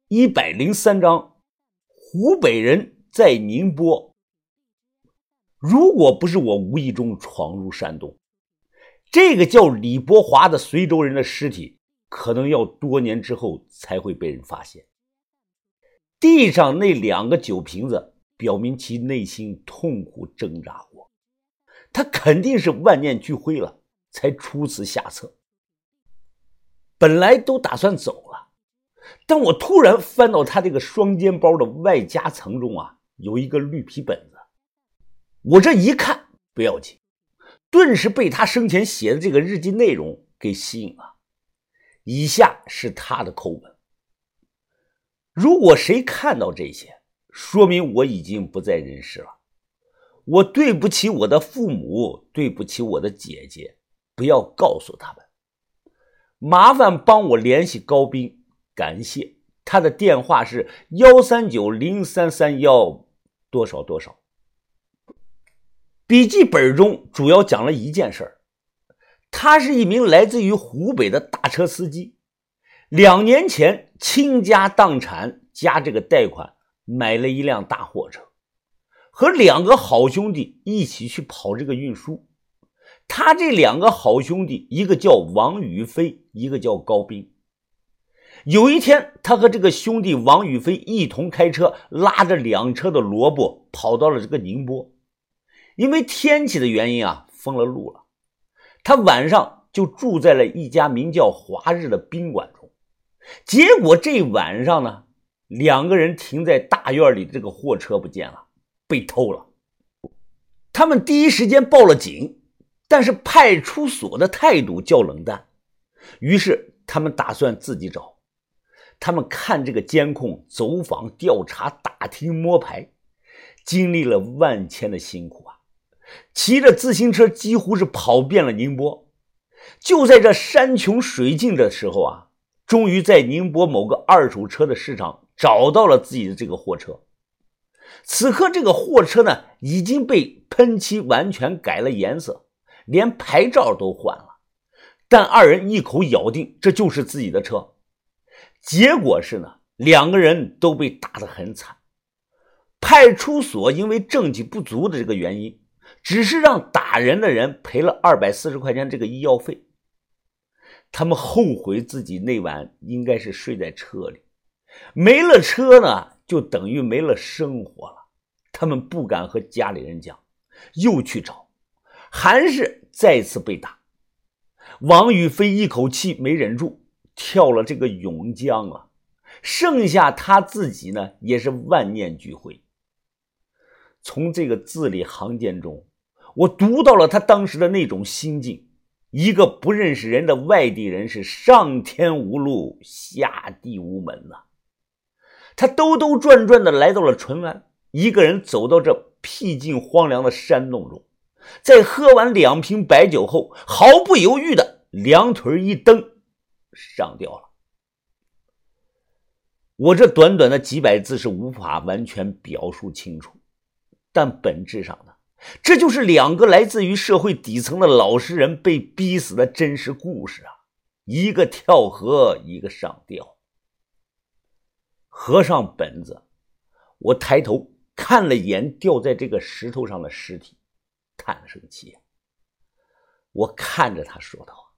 103章，湖北人在宁波。如果不是我无意中闯入山洞，这个叫李伯华的随州人的尸体可能要多年之后才会被人发现。地上那2个酒瓶子表明其内心痛苦挣扎过，他肯定是万念俱灰了才出此下策。本来都打算走了，但我突然翻到他这个双肩包的外夹层中有一个绿皮本子。我这一看不要紧，顿时被他生前写的这个日记内容给吸引了。以下是他的口吻：如果谁看到这些，说明我已经不在人世了。我对不起我的父母，对不起我的姐姐，不要告诉他们。麻烦帮我联系高斌，感谢。他的电话是1390331多少多少。笔记本中主要讲了一件事，他是一名来自于湖北的大车司机，2年前倾家荡产加这个贷款买了一辆大货车，和2个好兄弟一起去跑这个运输。他这2个好兄弟，一个叫王宇飞，一个叫高斌。有一天，他和这个兄弟王宇飞一同开车，拉着2车的萝卜跑到了这个宁波。因为天气的原因封了路了，他晚上就住在了一家名叫华日的宾馆中。结果这晚上呢，2个人停在大院里的这个货车不见了，被偷了。他们第一时间报了警，但是派出所的态度较冷淡，于是他们打算自己找。他们看这个监控，走访调查，打听摸排，经历了万千的辛苦骑着自行车几乎是跑遍了宁波。就在这山穷水尽的时候终于在宁波某个二手车的市场找到了自己的这个货车。此刻这个货车呢已经被喷漆完全改了颜色，连牌照都换了，但2人一口咬定这就是自己的车。结果是呢，2个人都被打得很惨。派出所因为证据不足的这个原因，只是让打人的人赔了240块钱这个医药费。他们后悔自己那晚应该是睡在车里，没了车呢就等于没了生活了。他们不敢和家里人讲，又去找，还是再次被打。王宇飞一口气没忍住，跳了这个甬江了。剩下他自己呢也是万念俱灰。从这个字里行间中，我读到了他当时的那种心境。一个不认识人的外地人是上天无路，下地无门他兜兜转转的来到了淳安，一个人走到这僻静荒凉的山洞中，在喝完2瓶白酒后，毫不犹豫的2腿一蹬上吊了。我这短短的几百字是无法完全表述清楚，但本质上呢，这就是2个来自于社会底层的老实人被逼死的真实故事一个跳河，一个上吊。合上本子，我抬头看了眼吊在这个石头上的尸体，叹了声气。我看着他说道：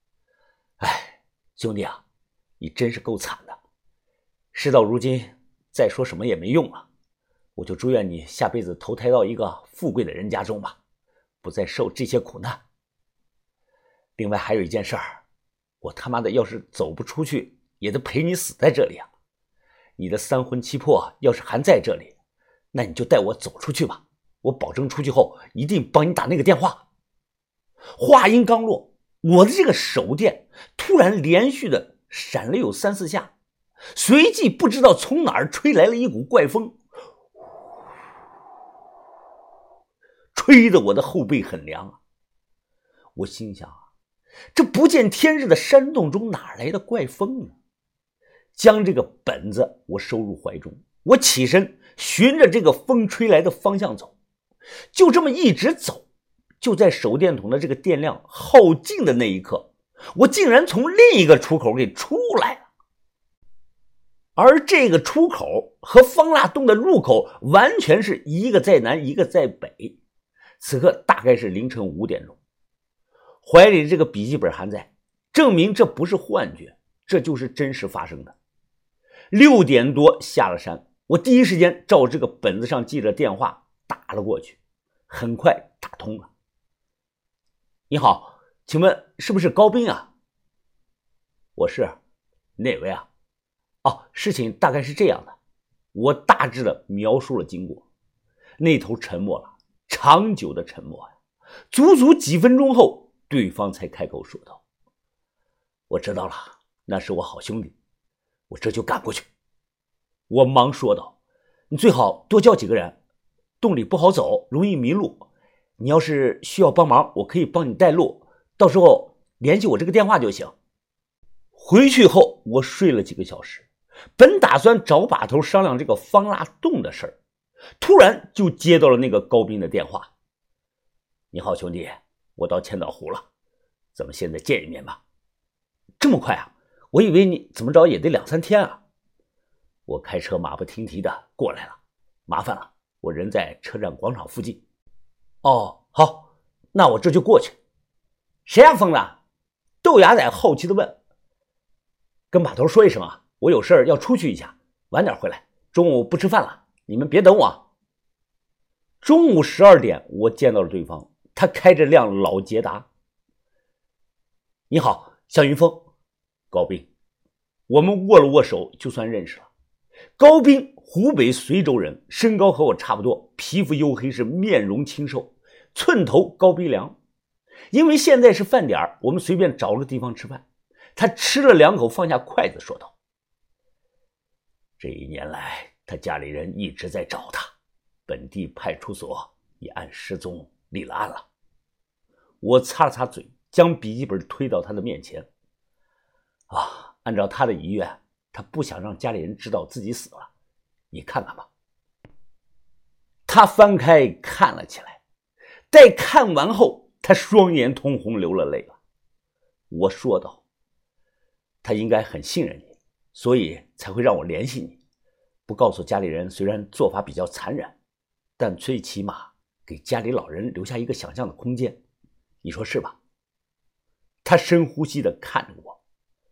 兄弟你真是够惨的，事到如今再说什么也没用了，我就祝愿你下辈子投胎到一个富贵的人家中吧，不再受这些苦难。另外还有一件事我他妈的要是走不出去，也得陪你死在这里你的3魂7魄要是还在这里，那你就带我走出去吧，我保证出去后一定帮你打那个电话。话音刚落，我的这个手电突然连续的闪了有3、4下，随即不知道从哪儿吹来了一股怪风，吹得我的后背很凉我心想这不见天日的山洞中哪来的怪风呢？将这个本子我收入怀中，我起身循着这个风吹来的方向走，就这么一直走，就在手电筒的这个电量耗尽的那一刻，我竟然从另一个出口给出来了。 而这个出口和方腊洞的入口完全是一个在南一个在北。此刻大概是凌晨5点钟，怀里这个笔记本还在，证明这不是幻觉，这就是真实发生的。6点多下了山，我第一时间照这个本子上记着电话打了过去，很快打通了。你好，请问是不是高斌啊？我是。哪位啊？哦，事情大概是这样的。我大致的描述了经过。那头沉默了，长久的沉默呀。足足几分钟后，对方才开口说道：我知道了，那是我好兄弟，我这就赶过去。我忙说道：你最好多叫几个人，洞里不好走，容易迷路。你要是需要帮忙，我可以帮你带路，到时候联系我这个电话就行。回去后我睡了几个小时，本打算找把头商量这个方腊洞的事儿，突然就接到了那个高斌的电话。你好兄弟，我到千岛湖了，咱们现在见一面吧。这么快啊？我以为你怎么着也得2、3天啊。我开车马不停蹄的过来了，麻烦了，我人在车站广场附近。哦，好，那我这就过去。谁呀疯了？豆芽仔好奇的问。跟把头说一声啊，我有事儿要出去一下，晚点回来，中午不吃饭了，你们别等我。中午12点我见到了对方，他开着辆老捷达。你好，向云峰。高斌。我们握了握手，就算认识了。高斌湖北随州人，身高和我差不多，皮肤黝黑，是面容清瘦，寸头高鼻梁。因为现在是饭点，我们随便找了个地方吃饭。他吃了2口，放下筷子说道：这1年来他家里人一直在找他，本地派出所也按失踪立了案了。我擦了擦嘴，将笔记本推到他的面前。按照他的遗愿，他不想让家里人知道自己死了，你看看吧。他翻开看了起来，待看完后，他双眼通红，流了泪了。我说道：他应该很信任你，所以才会让我联系你。不告诉家里人，虽然做法比较残忍，但最起码给家里老人留下一个想象的空间，你说是吧？他深呼吸地看着我。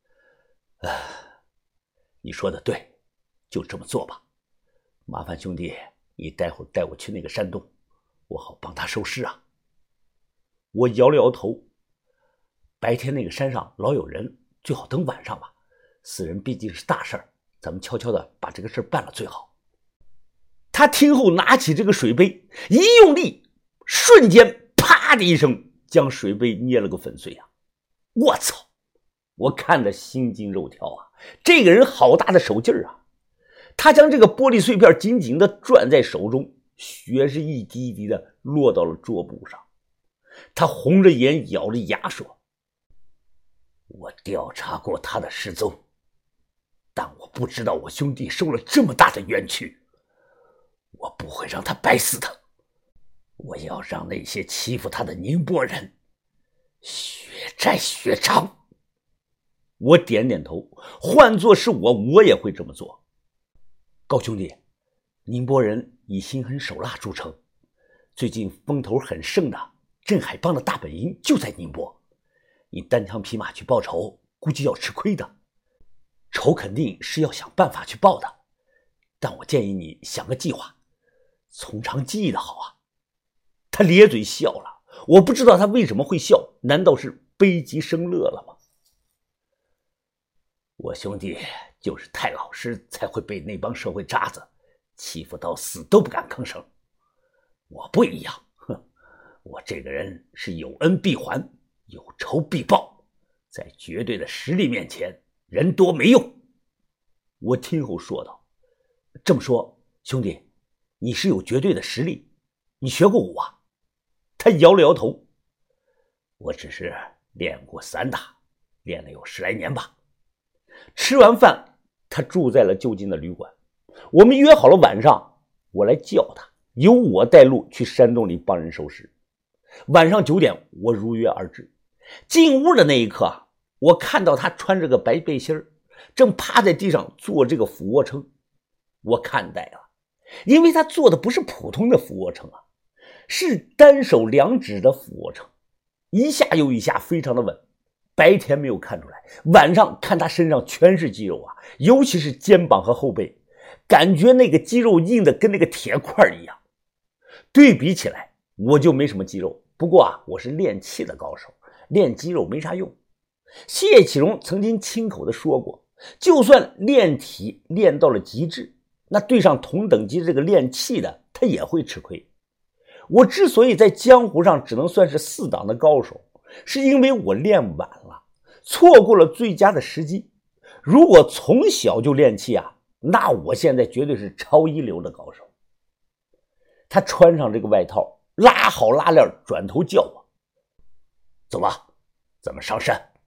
你说的对，就这么做吧。麻烦兄弟，你待会儿带我去那个山洞，我好帮他收尸啊。我摇了摇头。白天那个山上老有人，最好等晚上吧。死人毕竟是大事儿，咱们悄悄的把这个事办了最好。他听后拿起这个水杯，一用力，瞬间啪的一声将水杯捏了个粉碎啊！我操！我看得心惊肉跳啊！这个人好大的手劲儿啊！他将这个玻璃碎片紧紧地攥在手中，血是一滴一滴的落到了桌布上。他红着眼咬着牙说：我调查过他的失踪，但我不知道我兄弟受了这么大的冤屈，我不会让他白死的。我要让那些欺负他的宁波人血债血偿。我点点头，换作是我也会这么做。高兄弟，宁波人以心狠手辣著称，最近风头很盛的镇海帮的大本营就在宁波，你单枪匹马去报仇，估计要吃亏的。仇肯定是要想办法去报的，但我建议你想个计划，从长计议的好啊。他咧嘴笑了，我不知道他为什么会笑，难道是悲极生乐了吗？我兄弟就是太老实，才会被那帮社会渣子欺负到死都不敢吭声。我不一样，我这个人是有恩必还，有仇必报，在绝对的实力面前，人多没用。我听后说道：这么说，兄弟，你是有绝对的实力，你学过武啊？他摇了摇头。我只是练过散打，练了有10来年吧。吃完饭，他住在了就近的旅馆。我们约好了晚上，我来叫他，由我带路去山洞里帮人收尸。晚上9点，我如约而至。进屋的那一刻，我看到他穿着个白背心， 正趴在地上做这个俯卧撑。我看呆了，因为他做的不是普通的俯卧撑啊，是单手2指的俯卧撑，一下又一下，非常的稳。白天没有看出来，晚上看他身上全是肌肉啊，尤其是肩膀和后背，感觉那个肌肉硬的跟那个铁块一样。对比起来，我就没什么肌肉，不过啊，我是练气的高手，练肌肉没啥用。谢启荣曾经亲口的说过，就算练体练到了极致，那对上同等级这个练气的，他也会吃亏。我之所以在江湖上只能算是4档的高手，是因为我练晚了，错过了最佳的时机。如果从小就练气啊，那我现在绝对是超一流的高手。他穿上这个外套，拉好拉链，转头叫我：“走吧，咱们上山。”